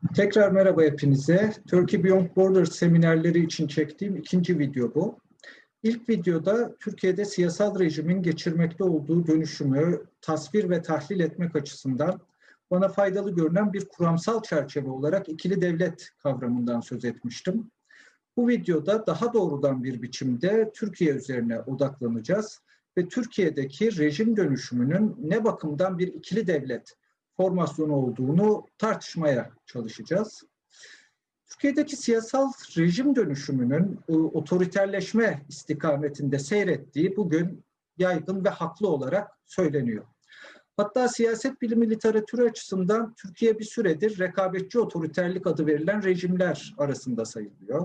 Tekrar merhaba hepinize. Turkey Beyond Borders seminerleri için çektiğim ikinci video bu. İlk videoda Türkiye'de siyasal rejimin geçirmekte olduğu dönüşümü tasvir ve tahlil etmek açısından bana faydalı görünen bir kuramsal çerçeve olarak ikili devlet kavramından söz etmiştim. Bu videoda daha doğrudan bir biçimde Türkiye üzerine odaklanacağız ve Türkiye'deki rejim dönüşümünün ne bakımdan bir ikili devlet formasyonu olduğunu tartışmaya çalışacağız. Türkiye'deki siyasal rejim dönüşümünün otoriterleşme istikametinde seyrettiği bugün yaygın ve haklı olarak söyleniyor. Hatta siyaset bilimi literatürü açısından Türkiye bir süredir rekabetçi otoriterlik adı verilen rejimler arasında sayılıyor.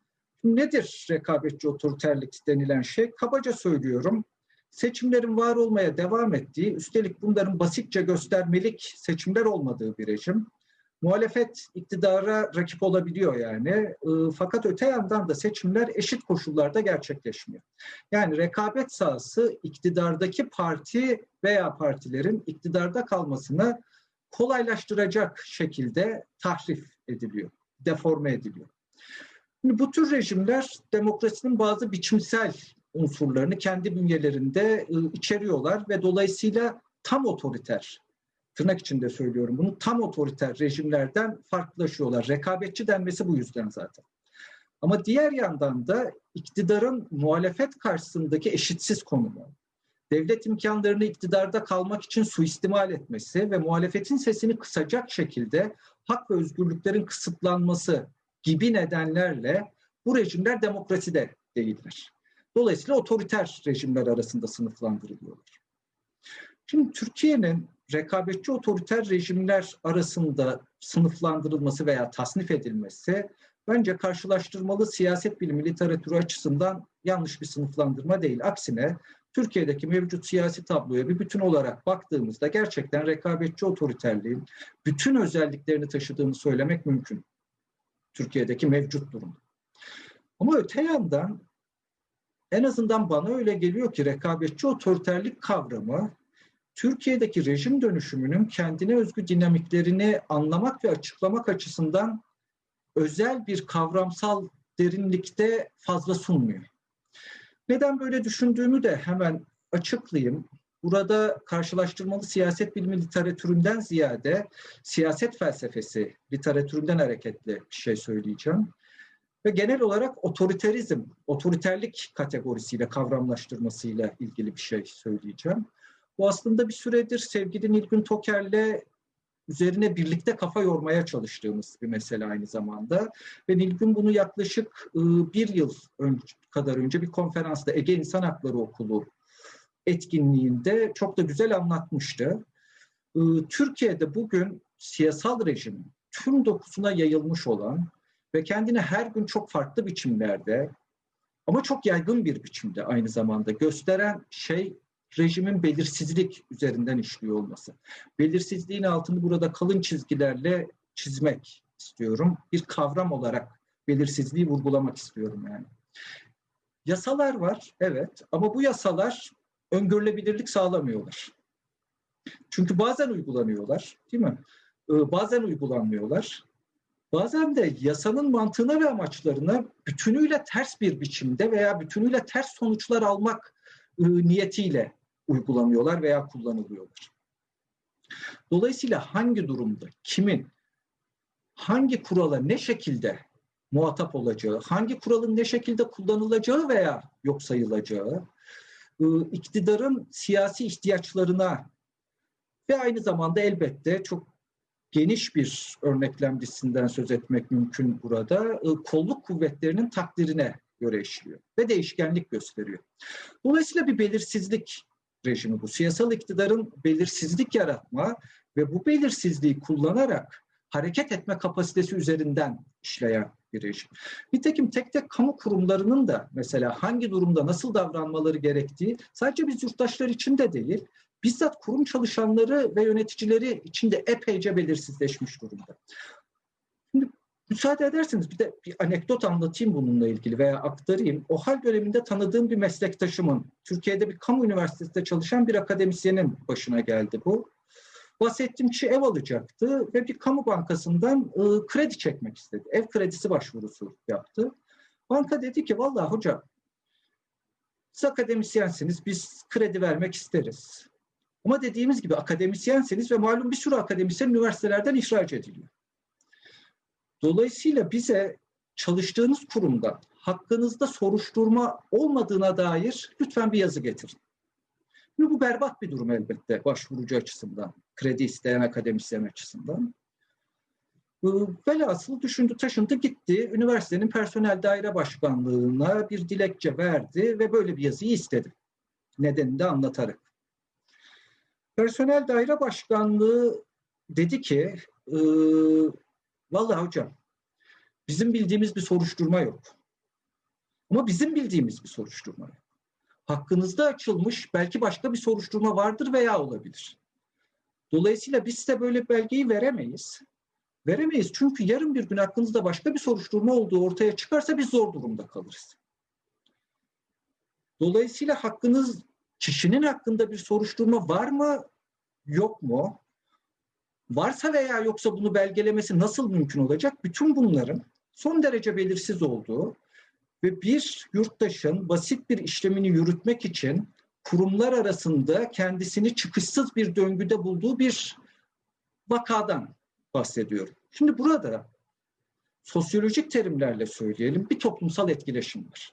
Nedir rekabetçi otoriterlik denilen şey? Kabaca söylüyorum. Seçimlerin var olmaya devam ettiği, üstelik bunların basitçe göstermelik seçimler olmadığı bir rejim. Muhalefet iktidara rakip olabiliyor yani. Fakat öte yandan da seçimler eşit koşullarda gerçekleşmiyor. Yani rekabet sahası iktidardaki parti veya partilerin iktidarda kalmasını kolaylaştıracak şekilde tahrif ediliyor, deforme ediliyor. Şimdi bu tür rejimler demokrasinin bazı biçimsel unsurlarını kendi bünyelerinde içeriyorlar ve dolayısıyla tam otoriter, tırnak içinde söylüyorum bunu, tam otoriter rejimlerden farklılaşıyorlar. Rekabetçi denmesi bu yüzden zaten. Ama diğer yandan da iktidarın muhalefet karşısındaki eşitsiz konumu, devlet imkanlarını iktidarda kalmak için suistimal etmesi ve muhalefetin sesini kısacak şekilde hak ve özgürlüklerin kısıtlanması gibi nedenlerle bu rejimler demokraside değiller. Dolayısıyla otoriter rejimler arasında sınıflandırılıyorlar. Şimdi Türkiye'nin rekabetçi otoriter rejimler arasında sınıflandırılması veya tasnif edilmesi bence karşılaştırmalı siyaset bilimi literatürü açısından yanlış bir sınıflandırma değil. Aksine Türkiye'deki mevcut siyasi tabloya bir bütün olarak baktığımızda gerçekten rekabetçi otoriterliğin bütün özelliklerini taşıdığını söylemek mümkün. Türkiye'deki mevcut durum. Ama öte yandan en azından bana öyle geliyor ki rekabetçi otoriterlik kavramı Türkiye'deki rejim dönüşümünün kendine özgü dinamiklerini anlamak ve açıklamak açısından özel bir kavramsal derinlikte fazla sunmuyor. Neden böyle düşündüğümü de hemen açıklayayım. Burada karşılaştırmalı siyaset bilimi literatüründen ziyade siyaset felsefesi literatüründen hareketle bir şey söyleyeceğim. Ve genel olarak otoriterizm, otoriterlik kategorisiyle, kavramlaştırmasıyla ilgili bir şey söyleyeceğim. Bu aslında bir süredir sevgili Nilgün Toker'le üzerine birlikte kafa yormaya çalıştığımız bir mesele aynı zamanda. Ve Nilgün bunu yaklaşık bir yıl kadar önce bir konferansta Ege İnsan Hakları Okulu etkinliğinde çok da güzel anlatmıştı. Türkiye'de bugün siyasal rejim tüm dokusuna yayılmış olan ve kendini her gün çok farklı biçimlerde ama çok yaygın bir biçimde aynı zamanda gösteren şey rejimin belirsizlik üzerinden işliyor olması. Belirsizliğin altını burada kalın çizgilerle çizmek istiyorum. Bir kavram olarak belirsizliği vurgulamak istiyorum yani. Yasalar var, evet, ama bu yasalar öngörülebilirlik sağlamıyorlar. Çünkü bazen uygulanıyorlar, değil mi? Bazen uygulanmıyorlar. Bazen de yasanın mantığına ve amaçlarına bütünüyle ters bir biçimde veya bütünüyle ters sonuçlar almak niyetiyle uygulanıyorlar veya kullanılıyorlar. Dolayısıyla hangi durumda, kimin, hangi kurala ne şekilde muhatap olacağı, hangi kuralın ne şekilde kullanılacağı veya yok sayılacağı, iktidarın siyasi ihtiyaçlarına ve aynı zamanda elbette çok geniş bir örneklemcisinden söz etmek mümkün burada. Kolluk kuvvetlerinin takdirine göre işliyor ve değişkenlik gösteriyor. Dolayısıyla bir belirsizlik rejimi bu. Siyasal iktidarın belirsizlik yaratma ve bu belirsizliği kullanarak hareket etme kapasitesi üzerinden işleyen bir rejim. Nitekim tek tek kamu kurumlarının da mesela hangi durumda nasıl davranmaları gerektiği sadece biz yurttaşlar için de değil, bizzat kurum çalışanları ve yöneticileri için de epeyce belirsizleşmiş durumda. Şimdi müsaade ederseniz bir anekdot anlatayım bununla ilgili veya aktarayım. OHAL döneminde tanıdığım bir meslektaşımın, Türkiye'de bir kamu üniversitesinde çalışan bir akademisyenin başına geldi bu. bahsettiğim kişi ev alacaktı ve bir kamu bankasından kredi çekmek istedi. Ev kredisi başvurusu yaptı. Banka dedi ki vallahi hocam siz akademisyensiniz, biz kredi vermek isteriz. Ama dediğimiz gibi akademisyensiniz ve malum bir sürü akademisyen üniversitelerden ihraç ediliyor. Dolayısıyla bize çalıştığınız kurumda hakkınızda soruşturma olmadığına dair lütfen bir yazı getirin. Bu berbat bir durum elbette başvurucu açısından, kredi isteyen akademisyen açısından. Velhasıl düşündü, taşındı, gitti. Üniversitenin personel daire başkanlığına bir dilekçe verdi ve böyle bir yazıyı istedi. Nedenini de anlatarak. Personel daire başkanlığı dedi ki, vallahi hocam bizim bildiğimiz bir soruşturma yok. Ama bizim bildiğimiz bir soruşturma yok. Hakkınızda açılmış belki başka bir soruşturma vardır veya olabilir. Dolayısıyla biz size böyle belgeyi veremeyiz. Veremeyiz çünkü yarın bir gün hakkınızda başka bir soruşturma olduğu ortaya çıkarsa biz zor durumda kalırız. Dolayısıyla kişinin hakkında bir soruşturma var mı, yok mu? Varsa veya yoksa bunu belgelemesi nasıl mümkün olacak? Bütün bunların son derece belirsiz olduğu ve bir yurttaşın basit bir işlemini yürütmek için kurumlar arasında kendisini çıkışsız bir döngüde bulduğu bir vakadan bahsediyorum. Şimdi burada sosyolojik terimlerle söyleyelim bir toplumsal etkileşim var.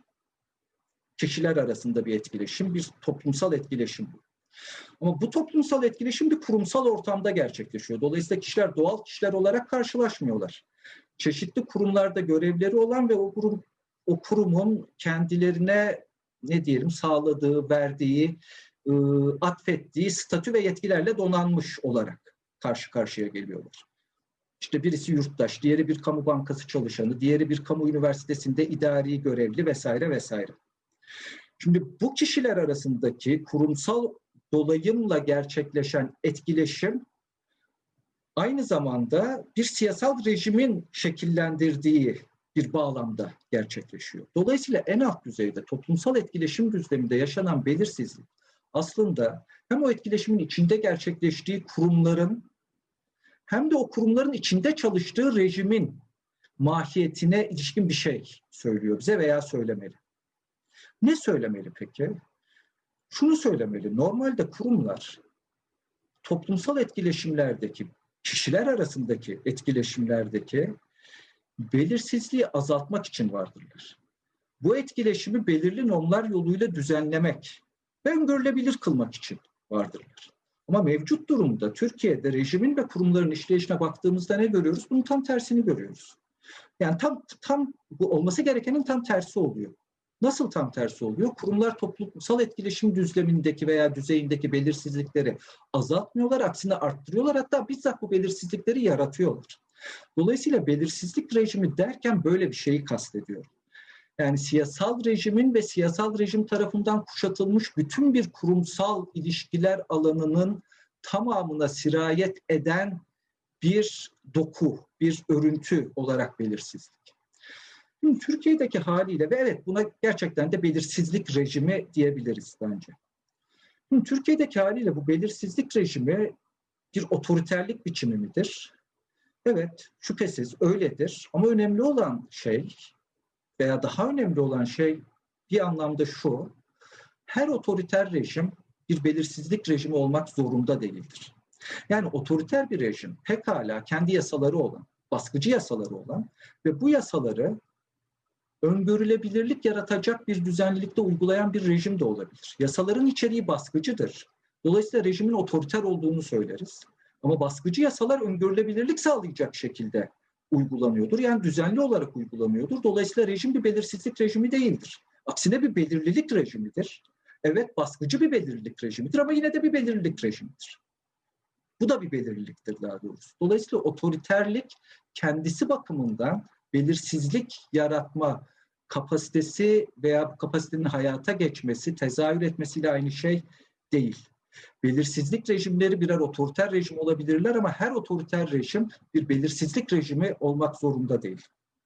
Kişiler arasında bir etkileşim, bir toplumsal etkileşim bu. Ama bu toplumsal etkileşim bir kurumsal ortamda gerçekleşiyor. Dolayısıyla kişiler doğal kişiler olarak karşılaşmıyorlar. Çeşitli kurumlarda görevleri olan ve o kurumun kendilerine sağladığı, verdiği, atfettiği statü ve yetkilerle donanmış olarak karşı karşıya geliyorlar. İşte birisi yurttaş, diğeri bir kamu bankası çalışanı, diğeri bir kamu üniversitesinde idari görevli vesaire vesaire. Şimdi bu kişiler arasındaki kurumsal dolayımla gerçekleşen etkileşim aynı zamanda bir siyasal rejimin şekillendirdiği bir bağlamda gerçekleşiyor. Dolayısıyla en alt düzeyde toplumsal etkileşim düzleminde yaşanan belirsizlik aslında hem o etkileşimin içinde gerçekleştiği kurumların hem de o kurumların içinde çalıştığı rejimin mahiyetine ilişkin bir şey söylüyor bize veya söylemeli. Ne söylemeli peki? Şunu söylemeli. Normalde kurumlar toplumsal etkileşimlerdeki, kişiler arasındaki etkileşimlerdeki belirsizliği azaltmak için vardırlar. Bu etkileşimi belirli normlar yoluyla düzenlemek ve öngörülebilir kılmak için vardırlar. Ama mevcut durumda Türkiye'de rejimin ve kurumların işleyişine baktığımızda ne görüyoruz? Bunun tam tersini görüyoruz. Yani tam bu olması gerekenin tam tersi oluyor. Nasıl tam tersi oluyor? Kurumlar toplumsal etkileşim düzlemindeki veya düzeyindeki belirsizlikleri azaltmıyorlar, aksine arttırıyorlar. Hatta bizzat bu belirsizlikleri yaratıyorlar. Dolayısıyla belirsizlik rejimi derken böyle bir şeyi kastediyorum. Yani siyasal rejimin ve siyasal rejim tarafından kuşatılmış bütün bir kurumsal ilişkiler alanının tamamına sirayet eden bir doku, bir örüntü olarak belirsizlik. Şimdi Türkiye'deki haliyle ve evet buna gerçekten de belirsizlik rejimi diyebiliriz bence. Şimdi Türkiye'deki haliyle bu belirsizlik rejimi bir otoriterlik biçimi midir? Evet, şüphesiz öyledir. Ama önemli olan şey veya daha önemli olan şey bir anlamda şu, her otoriter rejim bir belirsizlik rejimi olmak zorunda değildir. Yani otoriter bir rejim pekala kendi yasaları olan, baskıcı yasaları olan ve bu yasaları öngörülebilirlik yaratacak bir düzenlilikte uygulayan bir rejim de olabilir. Yasaların içeriği baskıcıdır. Dolayısıyla rejimin otoriter olduğunu söyleriz. Ama baskıcı yasalar öngörülebilirlik sağlayacak şekilde uygulanıyordur. Yani düzenli olarak uygulanıyordur. Dolayısıyla rejim bir belirsizlik rejimi değildir. Aksine bir belirlilik rejimidir. Evet, baskıcı bir belirlilik rejimidir ama yine de bir belirlilik rejimidir. Bu da bir belirliliktir daha doğrusu. Dolayısıyla otoriterlik kendisi bakımından belirsizlik yaratma kapasitesi veya bu kapasitenin hayata geçmesi, tezahür etmesiyle aynı şey değil. Belirsizlik rejimleri birer otoriter rejim olabilirler ama her otoriter rejim bir belirsizlik rejimi olmak zorunda değil.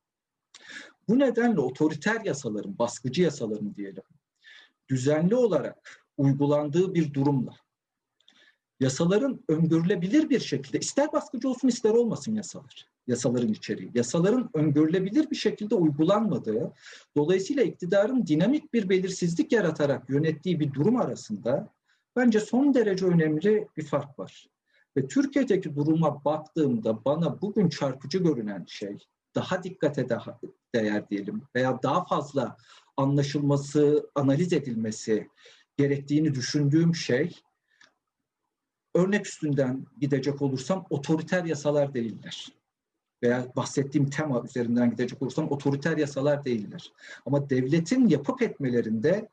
Bu nedenle otoriter yasaların, baskıcı yasaların diyelim, düzenli olarak uygulandığı bir durumla, yasaların öngörülebilir bir şekilde, ister baskıcı olsun ister olmasın yasaların içeriği, yasaların öngörülebilir bir şekilde uygulanmadığı, dolayısıyla iktidarın dinamik bir belirsizlik yaratarak yönettiği bir durum arasında bence son derece önemli bir fark var. Ve Türkiye'deki duruma baktığımda bana bugün çarpıcı görünen şey, daha dikkate değer diyelim veya daha fazla anlaşılması, analiz edilmesi gerektiğini düşündüğüm şey, örnek üstünden gidecek olursam otoriter yasalar değiller. Veya bahsettiğim tema üzerinden gidecek olursam otoriter yasalar değiller. Ama devletin yapıp etmelerinde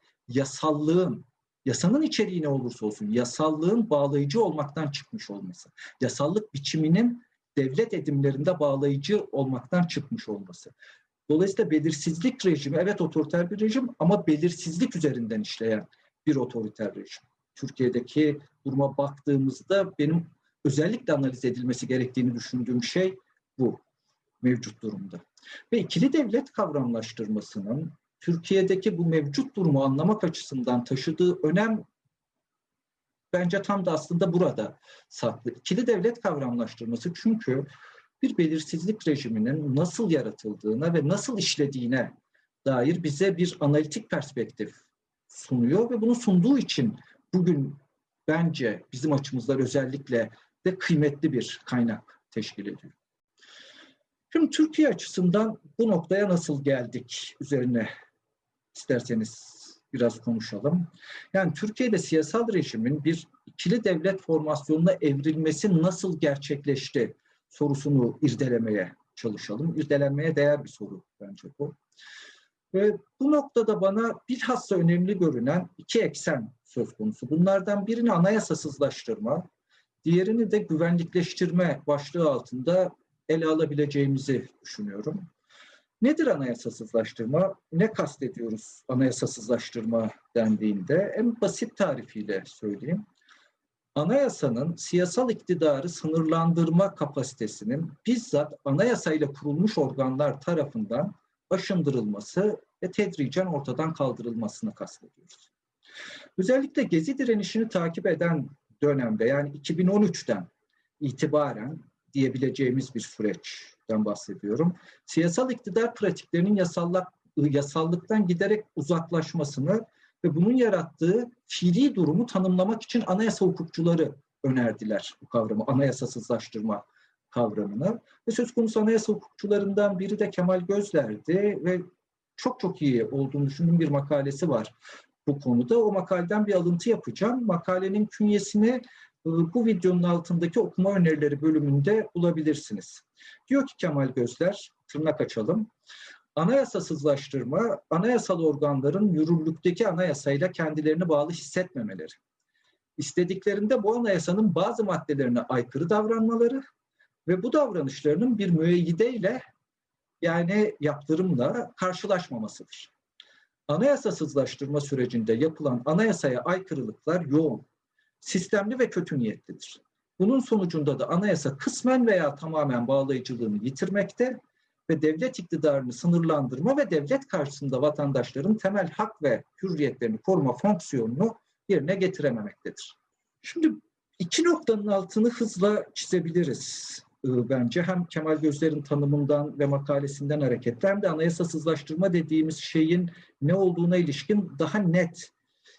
yasanın içeriği ne olursa olsun, yasallığın bağlayıcı olmaktan çıkmış olması, yasallık biçiminin devlet edimlerinde bağlayıcı olmaktan çıkmış olması. Dolayısıyla belirsizlik rejimi, evet otoriter bir rejim ama belirsizlik üzerinden işleyen bir otoriter rejim. Türkiye'deki duruma baktığımızda benim özellikle analiz edilmesi gerektiğini düşündüğüm şey bu mevcut durumda. Ve ikili devlet kavramlaştırmasının Türkiye'deki bu mevcut durumu anlamak açısından taşıdığı önem bence tam da aslında burada saklı. İkili devlet kavramlaştırması çünkü bir belirsizlik rejiminin nasıl yaratıldığına ve nasıl işlediğine dair bize bir analitik perspektif sunuyor ve bunu sunduğu için bugün bence bizim açımızdan özellikle de kıymetli bir kaynak teşkil ediyor. Şimdi Türkiye açısından bu noktaya nasıl geldik üzerine isterseniz biraz konuşalım. Yani Türkiye'de siyasal rejimin bir ikili devlet formasyonuna evrilmesi nasıl gerçekleşti sorusunu irdelemeye çalışalım. İrdelenmeye değer bir soru bence bu. Ve bu noktada bana bilhassa önemli görünen iki eksen söz konusu. Bunlardan birini anayasasızlaştırma, diğerini de güvenlikleştirme başlığı altında ele alabileceğimizi düşünüyorum. Nedir anayasasızlaştırma? Ne kastediyoruz anayasasızlaştırma dendiğinde? En basit tarifiyle söyleyeyim. Anayasanın siyasal iktidarı sınırlandırma kapasitesinin bizzat anayasayla kurulmuş organlar tarafından aşındırılması ve tedricen ortadan kaldırılmasını kastediyoruz. Özellikle Gezi direnişini takip eden dönemde, yani 2013'ten itibaren diyebileceğimiz bir süreçten bahsediyorum. Siyasal iktidar pratiklerinin yasallıktan giderek uzaklaşmasını ve bunun yarattığı fiili durumu tanımlamak için anayasa hukukçuları önerdiler bu kavramı, anayasasızlaştırma kavramını. Ve söz konusu anayasa hukukçularından biri de Kemal Gözler'di ve çok çok iyi olduğunu düşündüğüm bir makalesi var bu konuda. O makaleden bir alıntı yapacağım. Makalenin künyesini bu videonun altındaki okuma önerileri bölümünde bulabilirsiniz. Diyor ki Kemal Gözler, tırnak açalım. Anayasasızlaştırma, anayasal organların yürürlükteki anayasayla kendilerini bağlı hissetmemeleri. İstediklerinde bu anayasanın bazı maddelerine aykırı davranmaları ve bu davranışlarının bir müeyyideyle, yani yaptırımla karşılaşmamasıdır. Anayasasızlaştırma sürecinde yapılan anayasaya aykırılıklar yoğun, sistemli ve kötü niyetlidir. Bunun sonucunda da anayasa kısmen veya tamamen bağlayıcılığını yitirmekte ve devlet iktidarını sınırlandırma ve devlet karşısında vatandaşların temel hak ve hürriyetlerini koruma fonksiyonunu yerine getirememektedir. Şimdi iki noktanın altını hızla çizebiliriz bence. Hem Kemal Gözler'in tanımından ve makalesinden hareketle hem de anayasasızlaştırma dediğimiz şeyin ne olduğuna ilişkin daha net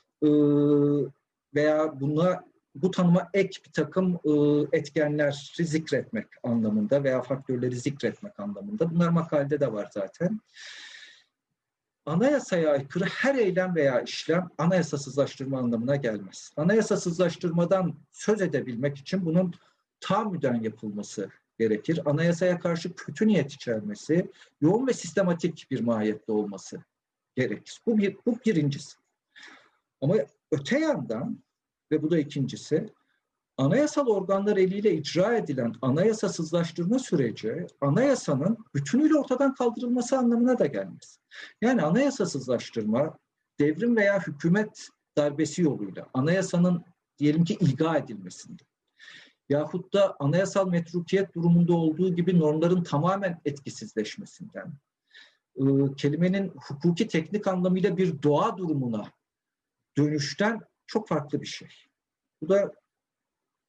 veya bu tanıma ek bir takım etkenleri zikretmek anlamında veya faktörleri zikretmek anlamında. Bunlar makalede de var zaten. Anayasaya aykırı her eylem veya işlem anayasasızlaştırma anlamına gelmez. Anayasasızlaştırmadan söz edebilmek için bunun tahammüden yapılması gerekir. Anayasaya karşı kötü niyet içermesi, yoğun ve sistematik bir mahiyette olması gerekir. Bu birincisi. Ama öte yandan, ve bu da ikincisi, anayasal organlar eliyle icra edilen anayasasızlaştırma süreci anayasanın bütünüyle ortadan kaldırılması anlamına da gelmez. Yani anayasasızlaştırma devrim veya hükümet darbesi yoluyla anayasanın diyelim ki ilga edilmesinde yahut da anayasal metrukiyet durumunda olduğu gibi normların tamamen etkisizleşmesinden, kelimenin hukuki teknik anlamıyla bir doğa durumuna dönüşten çok farklı bir şey. Bu da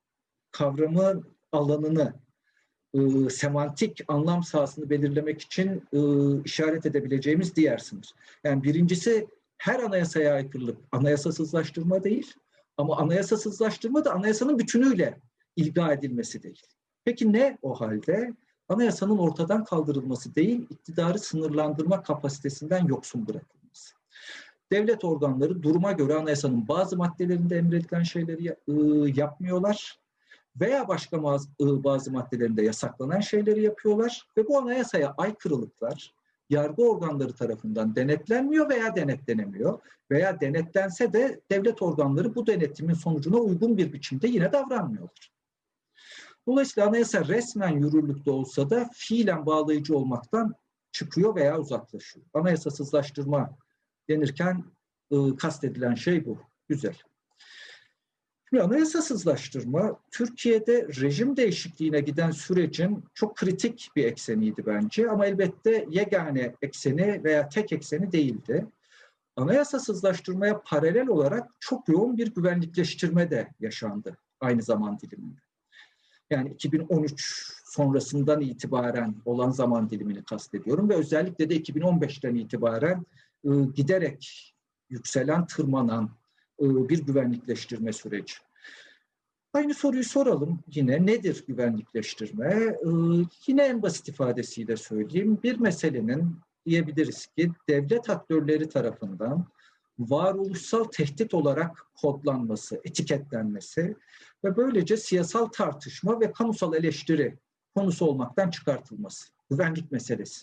kavramın alanını, semantik anlam sahasını belirlemek için işaret edebileceğimiz diğer sınır. Yani birincisi, her anayasaya aykırılık anayasasızlaştırma değil, ama anayasasızlaştırma da anayasanın bütünüyle ilga edilmesi değil. Peki ne o halde? Anayasanın ortadan kaldırılması değil, iktidarı sınırlandırma kapasitesinden yoksun bırakılması. Devlet organları duruma göre anayasanın bazı maddelerinde emredilen şeyleri yapmıyorlar veya başka bazı maddelerinde yasaklanan şeyleri yapıyorlar ve bu anayasaya aykırılıklar yargı organları tarafından denetlenmiyor veya denetlenemiyor veya denetlense de devlet organları bu denetimin sonucuna uygun bir biçimde yine davranmıyorlar. Dolayısıyla anayasa resmen yürürlükte olsa da fiilen bağlayıcı olmaktan çıkıyor veya uzaklaşıyor. Anayasasızlaştırma denirken kastedilen şey bu. Güzel. Şimdi anayasasızlaştırma Türkiye'de rejim değişikliğine giden sürecin çok kritik bir ekseniydi bence, ama elbette yegane ekseni veya tek ekseni değildi. Anayasasızlaştırmaya paralel olarak çok yoğun bir güvenlikleştirme de yaşandı aynı zaman diliminde. Yani 2013 sonrasından itibaren olan zaman dilimini kastediyorum ve özellikle de 2015'ten itibaren giderek yükselen, tırmanan bir güvenlikleştirme süreci. Aynı soruyu soralım yine. Nedir güvenlikleştirme? Yine en basit ifadesiyle söyleyeyim. Bir meselenin diyebiliriz ki devlet aktörleri tarafından varoluşsal tehdit olarak kodlanması, etiketlenmesi ve böylece siyasal tartışma ve kamusal eleştiri konusu olmaktan çıkartılması. Güvenlik meselesi.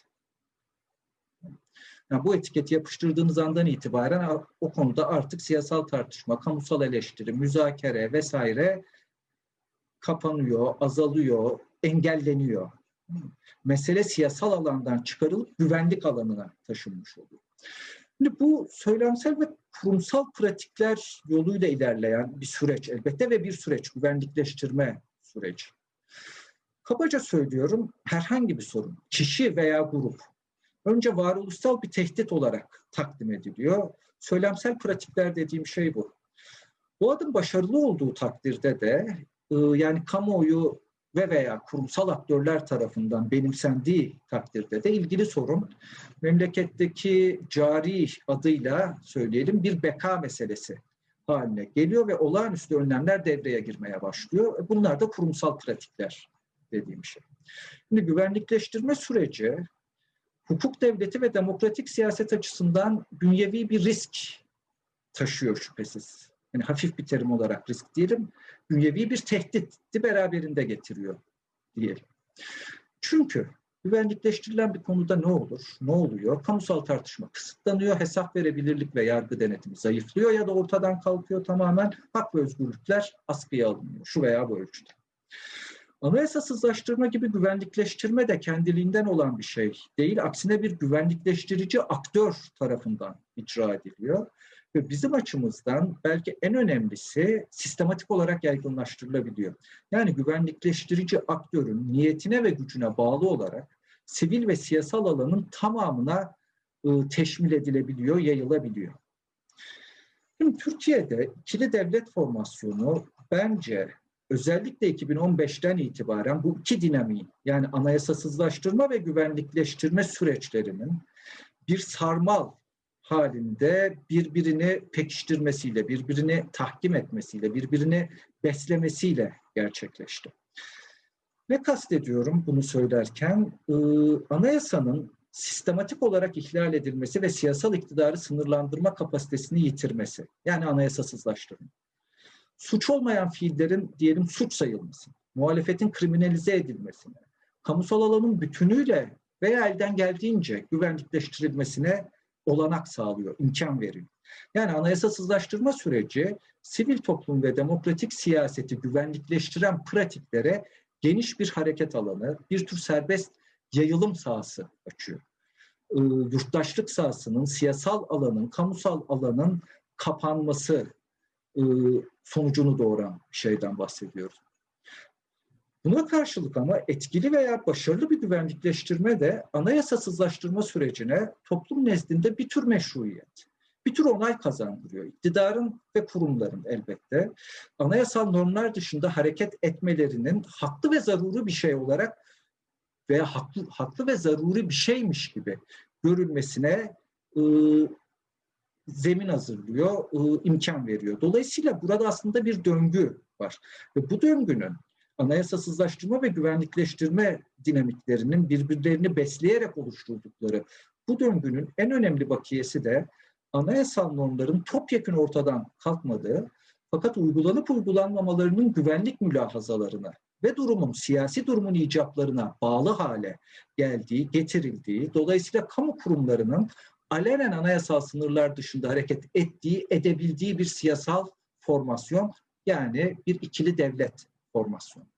Yani bu etiketi yapıştırdığınız andan itibaren o konuda artık siyasal tartışma, kamusal eleştiri, müzakere vesaire kapanıyor, azalıyor, engelleniyor. Mesele siyasal alandan çıkarılıp güvenlik alanına taşınmış oluyor. Şimdi bu söylemsel ve kurumsal pratikler yoluyla ilerleyen bir süreç elbette ve bir süreç, güvenlikleştirme süreci. Kabaca söylüyorum, herhangi bir sorun, kişi veya grup önce varoluşsal bir tehdit olarak takdim ediliyor. Söylemsel pratikler dediğim şey bu. Bu adım başarılı olduğu takdirde de yani kamuoyu ve veya kurumsal aktörler tarafından benimsendiği takdirde de ilgili sorun memleketteki cari adıyla söyleyelim bir beka meselesi haline geliyor ve olağanüstü önlemler devreye girmeye başlıyor. Bunlar da kurumsal pratikler dediğim şey. Şimdi güvenlikleştirme süreci hukuk devleti ve demokratik siyaset açısından dünyevi bir risk taşıyor şüphesiz. Yani hafif bir terim olarak risk diyelim, dünyevi bir tehdidi beraberinde getiriyor diyelim. Çünkü güvenlikleştirilen bir konuda ne olur, ne oluyor? Kamusal tartışma kısıtlanıyor, hesap verebilirlik ve yargı denetimi zayıflıyor ya da ortadan kalkıyor tamamen, hak ve özgürlükler askıya alınıyor şu veya bu ölçüde. Anayasasızlaştırma gibi güvenlikleştirme de kendiliğinden olan bir şey değil. Aksine bir güvenlikleştirici aktör tarafından icra ediliyor. Ve bizim açımızdan belki en önemlisi sistematik olarak yaygınlaştırılabiliyor. Yani güvenlikleştirici aktörün niyetine ve gücüne bağlı olarak sivil ve siyasal alanın tamamına teşmil edilebiliyor, yayılabiliyor. Şimdi Türkiye'de ikili devlet formasyonu bence özellikle 2015'ten itibaren bu iki dinamiğin, yani anayasasızlaştırma ve güvenlikleştirme süreçlerinin bir sarmal halinde birbirini pekiştirmesiyle, birbirini tahkim etmesiyle, birbirini beslemesiyle gerçekleşti. Ne kastediyorum bunu söylerken? Anayasanın sistematik olarak ihlal edilmesi ve siyasal iktidarı sınırlandırma kapasitesini yitirmesi, yani anayasasızlaştırma. Suç olmayan fiillerin diyelim suç sayılması, muhalefetin kriminalize edilmesine, kamusal alanın bütünüyle veya elden geldiğince güvenlikleştirilmesine olanak sağlıyor, imkan veriyor. Yani anayasasızlaştırma süreci sivil toplum ve demokratik siyaseti güvenlikleştiren pratiklere geniş bir hareket alanı, bir tür serbest yayılım sahası açıyor. Yurttaşlık sahasının, siyasal alanın, kamusal alanın kapanması sonucunu doğuran şeyden bahsediyoruz. Buna karşılık ama etkili veya başarılı bir güvenlikleştirme de anayasasızlaştırma sürecine toplum nezdinde bir tür meşruiyet, bir tür onay kazandırıyor. İktidarın ve kurumların elbette anayasal normlar dışında hareket etmelerinin haklı ve zaruri bir şey olarak veya haklı ve zaruri bir şeymiş gibi görülmesine zemin hazırlıyor, imkan veriyor. Dolayısıyla burada aslında bir döngü var. Ve bu döngünün anayasasızlaştırma ve güvenlikleştirme dinamiklerinin birbirlerini besleyerek oluşturdukları bu döngünün en önemli bakiyesi de anayasal normların topyekün ortadan kalkmadığı fakat uygulanıp uygulanmamalarının güvenlik mülahazalarına ve siyasi durumun icaplarına bağlı hale getirildiği, dolayısıyla kamu kurumlarının alenen anayasal sınırlar dışında hareket edebildiği bir siyasal formasyon, yani bir ikili devlet formasyonu.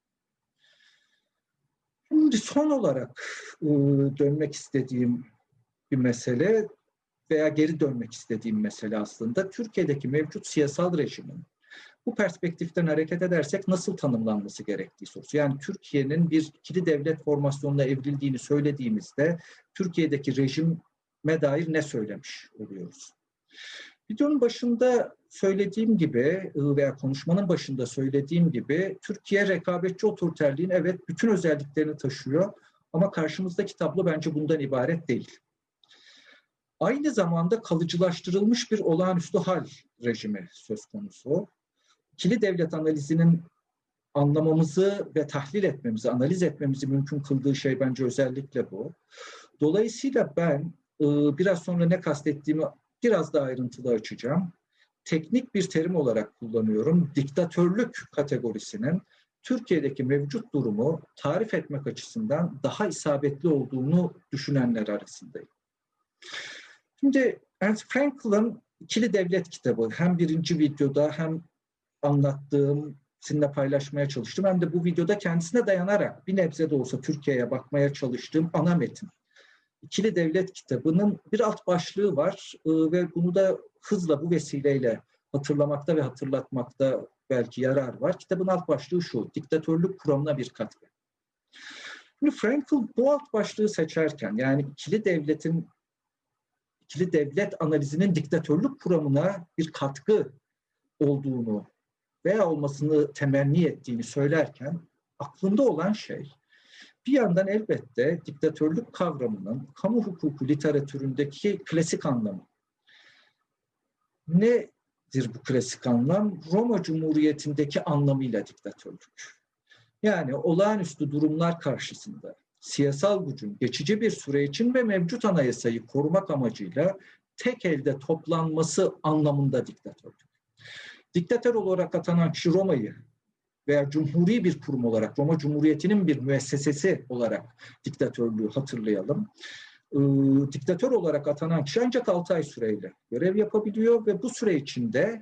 Şimdi son olarak dönmek istediğim bir mesele veya geri dönmek istediğim mesele aslında Türkiye'deki mevcut siyasal rejimin bu perspektiften hareket edersek nasıl tanımlanması gerektiği sorusu. Yani Türkiye'nin bir ikili devlet formasyonuna evrildiğini söylediğimizde Türkiye'deki rejime dair ne söylemiş oluyoruz? Videonun başında söylediğim gibi veya konuşmanın başında söylediğim gibi Türkiye rekabetçi otoriterliğin evet bütün özelliklerini taşıyor ama karşımızdaki tablo bence bundan ibaret değil. Aynı zamanda kalıcılaştırılmış bir olağanüstü hal rejimi söz konusu. İkili devlet analizinin anlamamızı ve tahlil etmemizi, analiz etmemizi mümkün kıldığı şey bence özellikle bu. Dolayısıyla ben biraz sonra ne kastettiğimi biraz daha ayrıntılı açacağım. Teknik bir terim olarak kullanıyorum. Diktatörlük kategorisinin Türkiye'deki mevcut durumu tarif etmek açısından daha isabetli olduğunu düşünenler arasındayım. Şimdi Ernst Frankel'ın İkili Devlet kitabı hem birinci videoda hem anlattığım, sizinle paylaşmaya çalıştım hem de bu videoda kendisine dayanarak bir nebze de olsa Türkiye'ye bakmaya çalıştığım ana metin. İkili Devlet kitabının bir alt başlığı var ve bunu da hızla bu vesileyle hatırlamakta ve hatırlatmakta belki yarar var. Kitabın alt başlığı şu: diktatörlük kuramına bir katkı. Şimdi Frankl bu alt başlığı seçerken, yani ikili devlet analizinin diktatörlük kuramına bir katkı olduğunu veya olmasını temenni ettiğini söylerken aklında olan şey bir yandan elbette diktatörlük kavramının kamu hukuku literatüründeki klasik anlamı. Nedir bu klasik anlam? Roma Cumhuriyeti'ndeki anlamıyla diktatörlük. Yani olağanüstü durumlar karşısında siyasal gücün geçici bir süre için ve mevcut anayasayı korumak amacıyla tek elde toplanması anlamında diktatörlük. Diktatör olarak atanan kişi Roma'yı veya cumhuri bir kurum olarak, Roma Cumhuriyeti'nin bir müessesesi olarak diktatörlüğü hatırlayalım. Diktatör olarak atanan kişi ancak 6 ay süreyle görev yapabiliyor ve bu süre içinde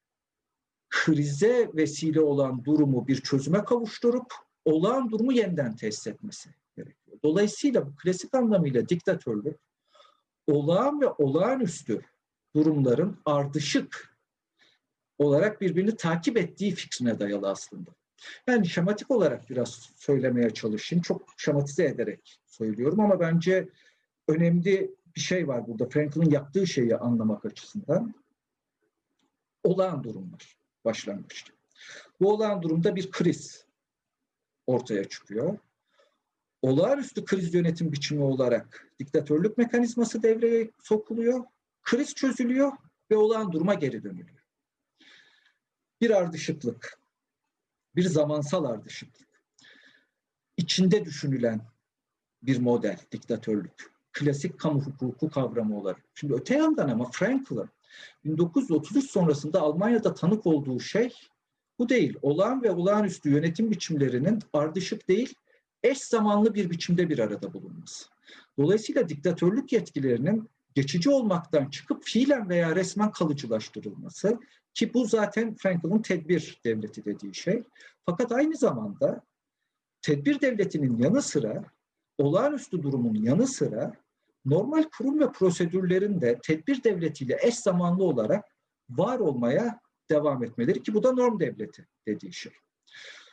krize vesile olan durumu bir çözüme kavuşturup olağan durumu yeniden tesis etmesi gerekiyor. Dolayısıyla bu klasik anlamıyla diktatörlük olağan ve olağanüstü durumların ardışık olarak birbirini takip ettiği fikrine dayalı aslında. Yani şematik olarak biraz söylemeye çalışayım. Çok şematize ederek söylüyorum ama bence önemli bir şey var burada. Frankl'ın yaptığı şeyi anlamak açısından. Olağan durumlar başlangıçta. Bu olağan durumda bir kriz ortaya çıkıyor. Olağanüstü kriz yönetim biçimi olarak diktatörlük mekanizması devreye sokuluyor. Kriz çözülüyor ve olağan duruma geri dönülüyor. Bir ardışıklık, bir zamansal ardışıklık. İçinde düşünülen bir model diktatörlük. Klasik kamu hukuku kavramı olarak. Şimdi öte yandan ama Frankl'ın 1933 sonrasında Almanya'da tanık olduğu şey bu değil. Olağan ve olağanüstü yönetim biçimlerinin ardışık değil, eş zamanlı bir biçimde bir arada bulunması. Dolayısıyla diktatörlük yetkilerinin geçici olmaktan çıkıp fiilen veya resmen kalıcılaştırılması, ki bu zaten Frankl'ın tedbir devleti dediği şey. Fakat aynı zamanda tedbir devletinin yanı sıra, olağanüstü durumun yanı sıra normal kurum ve prosedürlerin de tedbir devletiyle eş zamanlı olarak var olmaya devam etmeleri, ki bu da norm devleti dediği şey.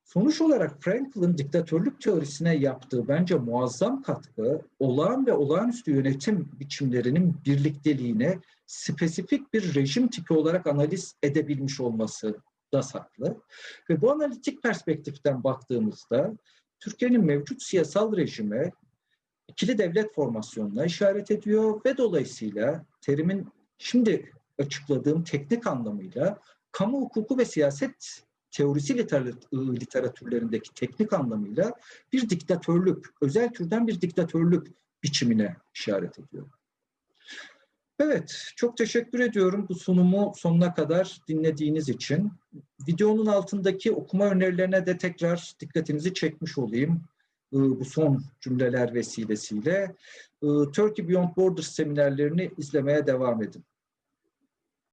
Sonuç olarak Frankl'ın diktatörlük teorisine yaptığı bence muazzam katkı, olağan ve olağanüstü yönetim biçimlerinin birlikteliğine spesifik bir rejim tipi olarak analiz edebilmiş olması da saklı. Ve bu analitik perspektiften baktığımızda Türkiye'nin mevcut siyasal rejime ikili devlet formasyonuna işaret ediyor ve dolayısıyla terimin şimdi açıkladığım teknik anlamıyla kamu hukuku ve siyaset teorisi literatürlerindeki teknik anlamıyla bir diktatörlük, özel türden bir diktatörlük biçimine işaret ediyor. Evet, çok teşekkür ediyorum bu sunumu sonuna kadar dinlediğiniz için. Videonun altındaki okuma önerilerine de tekrar dikkatinizi çekmiş olayım. Bu son cümleler vesilesiyle. Turkey Beyond Borders seminerlerini izlemeye devam edin.